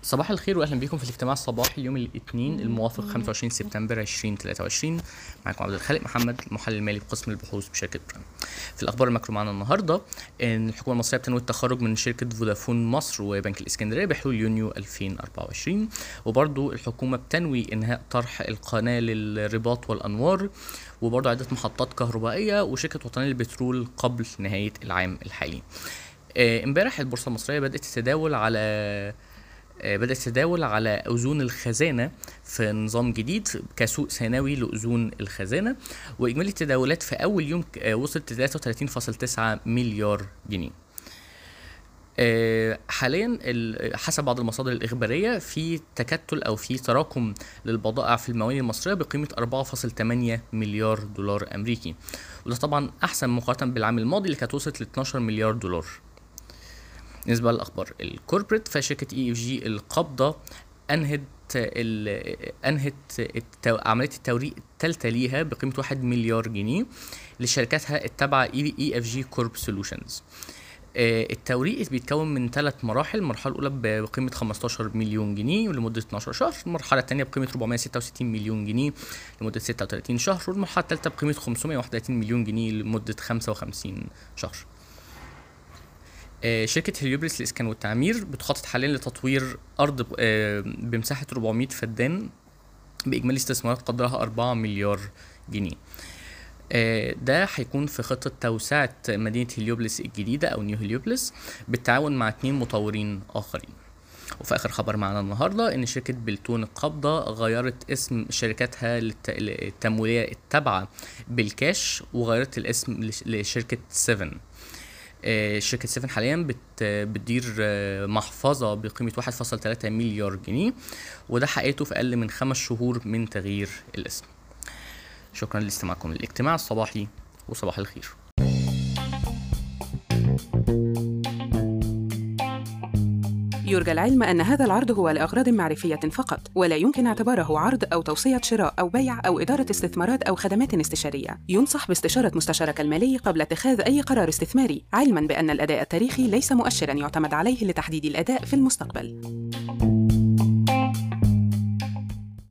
صباح الخير واهلا بكم في الاجتماع الصباحي يوم الاثنين الموافق 25 سبتمبر 2023. معكم عبد الخالق محمد، المحلل المالي بقسم البحوث بشركه برايم. في الاخبار الماكرو معانا النهارده ان الحكومه المصريه بتنوي التخرج من شركه فودافون مصر وبنك الاسكندريه بحلول يونيو 2024، وبرضو الحكومه بتنوي انهاء طرح القناه للرباط والانوار، وبرضو عده محطات كهربائيه وشركه وطنيه للبترول قبل نهايه العام الحالي. امبارح البورصه المصريه بدات تتداول على أذون الخزانة في نظام جديد كسوق ثانوي لأذون الخزانة، وإجمالي التداولات في أول يوم وصلت 33.9 مليار جنيه. حاليا حسب بعض المصادر الإخبارية في تكتل أو في تراكم للبضائع في الموانئ المصرية بقيمة 4.8 مليار دولار أمريكي، وده طبعا أحسن مقارنة بالعام الماضي اللي كانت وصلت ل 12 مليار دولار. بالنسبة للأخبار الكوربريت، فشركة EFG القابضة أنهت عملية التوريق الثالثة ليها بقيمة 1 مليار جنيه لشركاتها التابعة EFG Corp Solutions. التوريق بيتكون من 3 مراحل. المرحلة الأولى بقيمة 15 مليون جنيه لمدة 12 شهر، المرحلة الثانية بقيمة 466 مليون جنيه لمدة 36 شهر، والمرحلة الثالثة بقيمة 531 مليون جنيه لمدة 55 شهر. شركة هليوبلس للإسكان والتعمير بتخطط حاليا لتطوير أرض بمساحة 400 فدان بإجمالي استثمارات قدرها 4 مليار جنيه. ده هيكون في خطة توسعة مدينة هليوبلس الجديدة أو نيو هليوبلس بالتعاون مع 2 مطورين آخرين. وفي آخر خبر معنا النهاردة إن شركة بلتون القابضة غيرت اسم شركاتها التمويلية التابعة بالكاش وغيرت الاسم لشركة 7. شركة 7 حاليا بتدير محفظة بقيمة 1.3 مليار جنيه، وده حققته في أقل من 5 شهور من تغيير الاسم. شكرا لاستماعكم للاجتماع الصباحي، وصباح الخير. يرجى العلم أن هذا العرض هو لأغراض معرفية فقط، ولا يمكن اعتباره عرض أو توصية شراء أو بيع أو إدارة استثمارات أو خدمات استشارية. ينصح باستشارة مستشارك المالي قبل اتخاذ أي قرار استثماري، علماً بأن الأداء التاريخي ليس مؤشراً يعتمد عليه لتحديد الأداء في المستقبل.